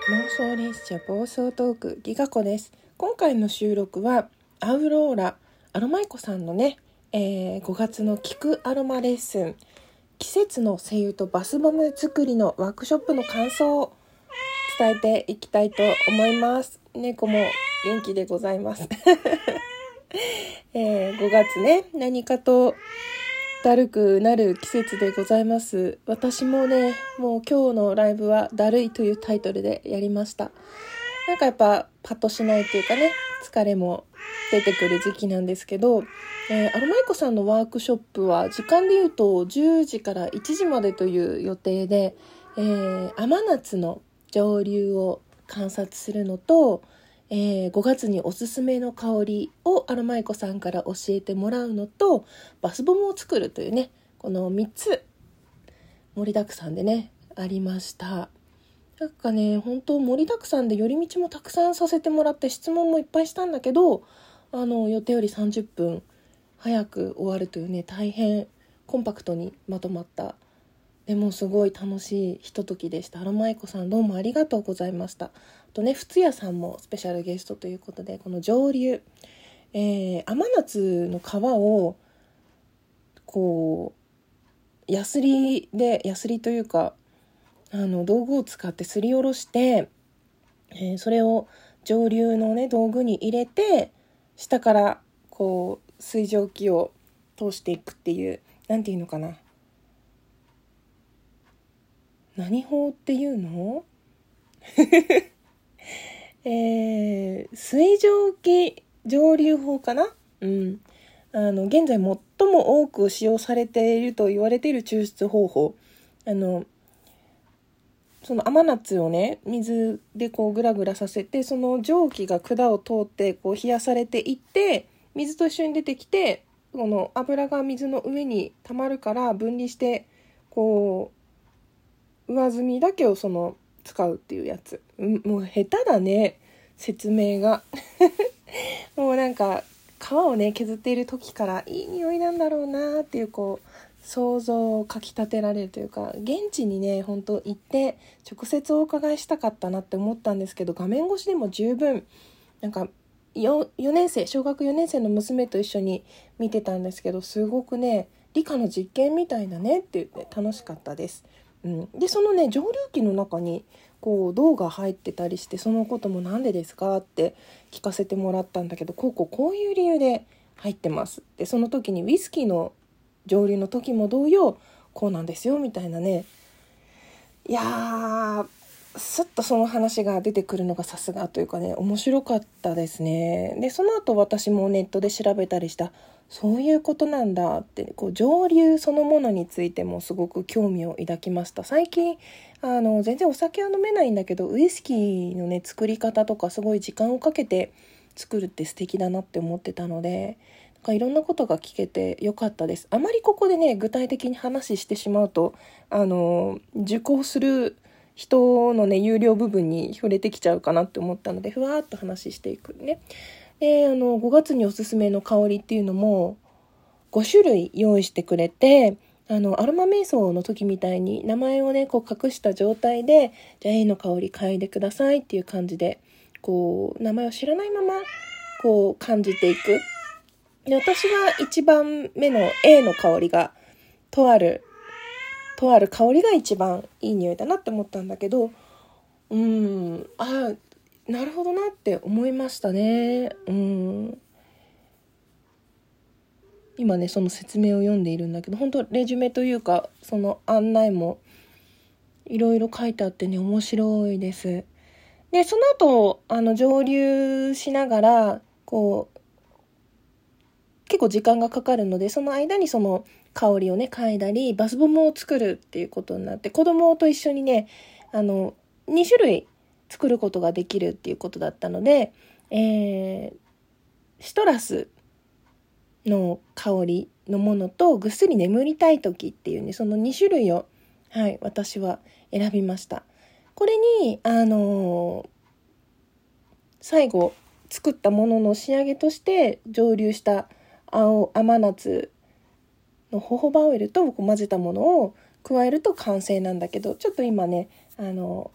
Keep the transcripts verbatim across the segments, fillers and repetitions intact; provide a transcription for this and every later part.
妄想列車暴走トークギガ子です。今回の収録はアウローラアロマイコさんのね、えー、ごがつの聞くアロマレッスン、季節の精油とバスボム作りのワークショップの感想を伝えていきたいと思います。猫も元気でございます、えー、ごがつね、何かとだるくなる季節でございます。私もね、もう今日のライブはだるいというタイトルでやりました。なんかやっぱパッとしないというかね、疲れも出てくる時期なんですけど、えー、アロマイコさんのワークショップは時間で言うとじゅうじからいちじまでという予定で、えー、甘夏の蒸留を観察するのと、えー、ごがつにおすすめの香りをアロマイコさんから教えてもらうのと、バスボムを作るというね、このみっつ盛りだくさんでねありました。なんかね、本当盛りだくさんで寄り道もたくさんさせてもらって、質問もいっぱいしたんだけど、あの予定よりさんじゅっぷん早く終わるというね、大変コンパクトにまとまった、でもすごい楽しいひとときでした。アロマイコさんどうもありがとうございました。あとね、ふつやさんもスペシャルゲストということで、この蒸留、えー、甘夏の皮をこうヤスリでヤスリというかあの道具を使ってすりおろして、えー、それを蒸留のね道具に入れて、下からこう水蒸気を通していくっていう、なんていうのかな、何法っていうのえー、水蒸気蒸留法かな。うん。あの現在最も多く使用されていると言われている抽出方法。あのその甘夏をね、水でこうグラグラさせて、その蒸気が管を通ってこう冷やされていって、水と一緒に出てきて、この油が水の上に溜まるから分離して、こう上澄みだけをその使うっていうやつ。もう下手だね、説明がもうなんか皮をね削っている時からいい匂いなんだろうなっていう、こう想像をかきたてられるというか、現地にね本当行って直接お伺いしたかったなって思ったんですけど、画面越しでも十分なんか 4, 4年生小学よねん生の娘と一緒に見てたんですけど、すごくね理科の実験みたいだねって言って楽しかったです。うん、でそのね蒸留機の中にこう銅が入ってたりして、そのこともなんでですかって聞かせてもらったんだけど、こうこうこういう理由で入ってます。でその時にウイスキーの蒸留の時も同様こうなんですよみたいなね。いやー、すっとその話が出てくるのがさすがというかね、面白かったですね。でその後私もネットで調べたりした、そういうことなんだって、こう蒸留そのものについてもすごく興味を抱きました。最近あの全然お酒は飲めないんだけど、ウイスキーのね作り方とかすごい時間をかけて作るって素敵だなって思ってたので、なんかいろんなことが聞けてよかったです。あまりここでね具体的に話してしまうと、あの受講する人のね有料部分に触れてきちゃうかなって思ったので、ふわーっと話していくね。であのごがつにおすすめの香りっていうのもごしゅるい用意してくれて、あのアロマ瞑想の時みたいに名前をねこう隠した状態で、じゃあ A の香り嗅いでくださいっていう感じで、こう名前を知らないままこう感じていく。で私はいちばんめの A の香りがとあるとある香りが一番いい匂いだなって思ったんだけど、うーんあなるほどなって思いましたね。うん今ねその説明を読んでいるんだけど、本当レジュメというかその案内もいろいろ書いてあってね面白いです。でその後あの蒸留しながらこう結構時間がかかるので、その間にその香りをね嗅いだりバスボムを作るっていうことになって、子供と一緒にねあのにしゅるい作ることができるっていうことだったので、えー、シトラスの香りのものとぐっすり眠りたい時っていうね、そのにしゅるいを、はい、私は選びました。これにあのー、最後作ったものの仕上げとして蒸留した青甘夏のホホバオイルと混ぜたものを加えると完成なんだけど、ちょっと今ねあの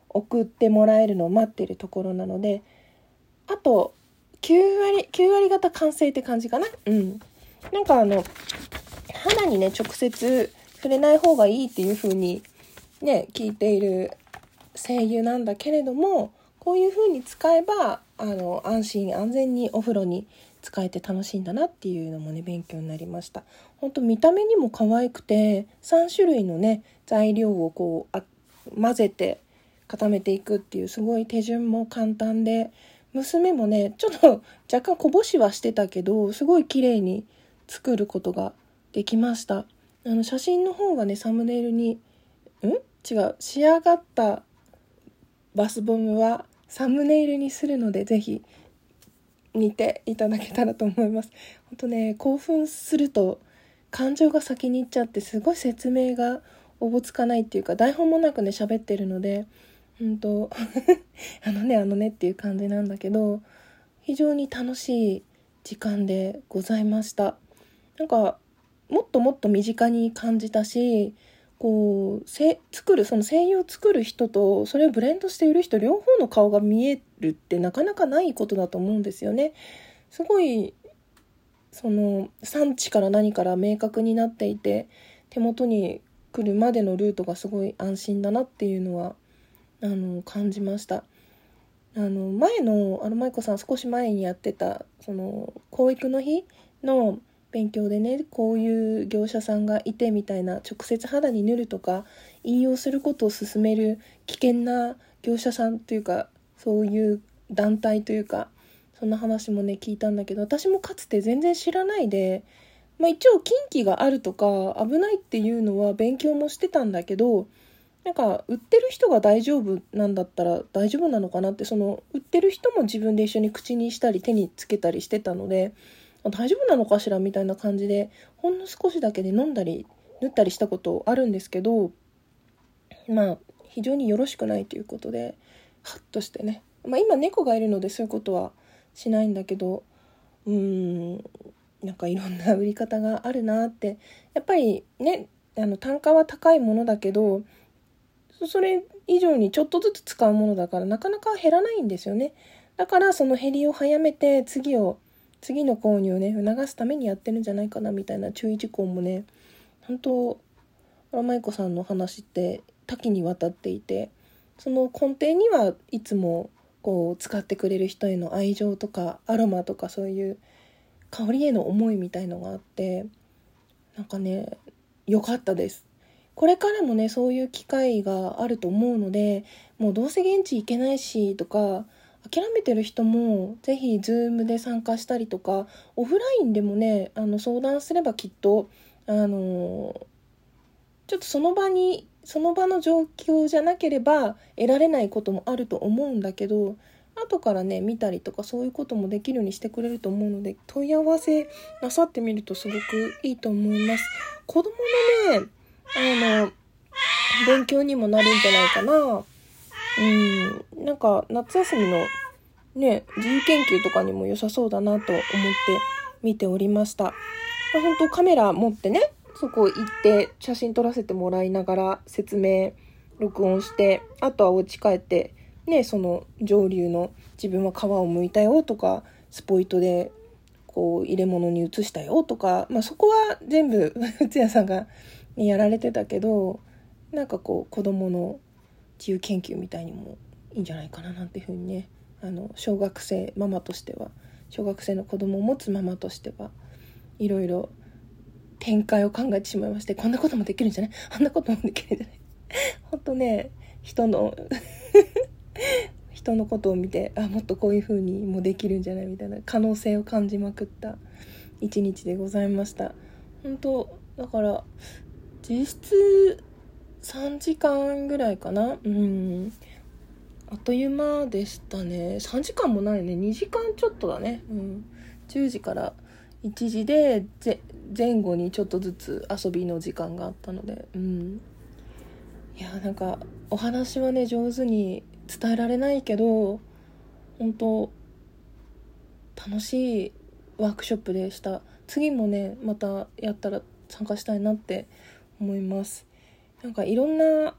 送ってもらえるのを待ってるところなので、あときゅうわりきゅうわり方完成って感じかな。うんなんかあの肌にね直接触れない方がいいっていう風にね聞いている精油なんだけれども、こういう風に使えばあの安心安全にお風呂に使えて楽しいんだなっていうのもね勉強になりました。本当見た目にも可愛くて、さん種類のね材料をこうあ混ぜて固めていくっていうすごい手順も簡単で、娘もねちょっと若干こぼしはしてたけどすごい綺麗に作ることができました。あの写真の方がねサムネイルにん違う仕上がったバスボムはサムネイルにするので、ぜひ見ていただけたらと思います。本当ね興奮すると感情が先に行っちゃって、すごい説明がおぼつかないっていうか、台本もなくね喋ってるので本当あのねあのねっていう感じなんだけど、非常に楽しい時間でございました。なんかもっともっと身近に感じたし、こうせ作るその精油を作る人とそれをブレンドして売る人両方の顔が見えるってなかなかないことだと思うんですよね。すごいその産地から何から明確になっていて、手元に来るまでのルートがすごい安心だなっていうのはあの感じました。あの前のあの舞子さん少し前にやってたその教育の日の勉強でね、こういう業者さんがいてみたいな、直接肌に塗るとか引用することを勧める危険な業者さんというか、そういう団体というか、そんな話もね聞いたんだけど、私もかつて全然知らないで、まあ、一応禁忌があるとか危ないっていうのは勉強もしてたんだけど、なんか売ってる人が大丈夫なんだったら大丈夫なのかなって、その売ってる人も自分で一緒に口にしたり手につけたりしてたので、大丈夫なのかしらみたいな感じでほんの少しだけで飲んだり塗ったりしたことあるんですけど、まあ非常によろしくないということでハッとしてね、まあ、今猫がいるのでそういうことはしないんだけど、うーんなんかいろんな売り方があるなって。やっぱりねあの単価は高いものだけど、それ以上にちょっとずつ使うものだからなかなか減らないんですよね。だからその減りを早めて次を次の購入をね促すためにやってるんじゃないかなみたいな注意事項もね、本当荒舞子さんの話って多岐にわたっていて、その根底にはいつもこう使ってくれる人への愛情とかアロマとかそういう香りへの思いみたいのがあって、なんかね良かったです。これからもねそういう機会があると思うので、もうどうせ現地行けないしとか諦めてる人もぜひ Zoom で参加したりとか、オフラインでもねあの相談すればきっとあのちょっとその場にその場の状況じゃなければ得られないこともあると思うんだけど、後からね見たりとかそういうこともできるようにしてくれると思うので、問い合わせなさってみるとすごくいいと思います。子供のねあの勉強にもなるんじゃないかな。うんなんか夏休みのね自由研究とかにも良さそうだなと思って見ておりました。本当カメラ持ってねそこ行って写真撮らせてもらいながら説明録音して、あとはお家帰ってねその上流の自分は皮を剥いたよとか、スポイトでこう入れ物に移したよとか、まあそこは全部内谷さんがやられてたけど、なんかこう子供の自由研究みたいにもいいんじゃないかななんていうふうにね、あの小学生ママとしては、小学生の子供を持つママとしてはいろいろ展開を考えてしまいまして、こんなこともできるんじゃない、あんなこともできるんじゃない本当ね人の人のことを見て、あもっとこういう風にもできるんじゃないみたいな可能性を感じまくった一日でございました。本当だから実質さんじかんぐらいかな、うんあっという間でしたね。さんじかんもないね、にじかんちょっとだね、うん、じゅうじからいちじでぜ前後にちょっとずつ遊びの時間があったので、うんいやなんかお話はね上手に伝えられないけど本当楽しいワークショップでした。次もねまたやったら参加したいなって思います。なんかいろんな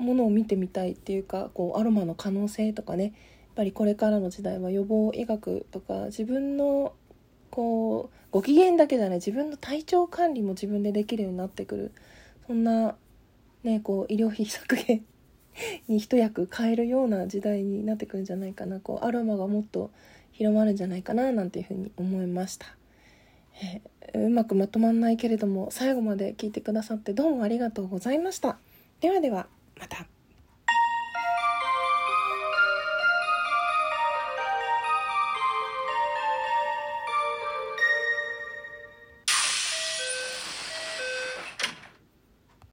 ものを見てみたいっていうか、こうアロマの可能性とかね、やっぱりこれからの時代は予防医学とか、自分のこうご機嫌だけじゃない、自分の体調管理も自分でできるようになってくる、そんなね、こう医療費削減に一役買えるような時代になってくるんじゃないかな。こうアロマがもっと広まるんじゃないかななんていうふうに思いました。えー、うまくまとまんないけれども、最後まで聞いてくださってどうもありがとうございました。ではではまた。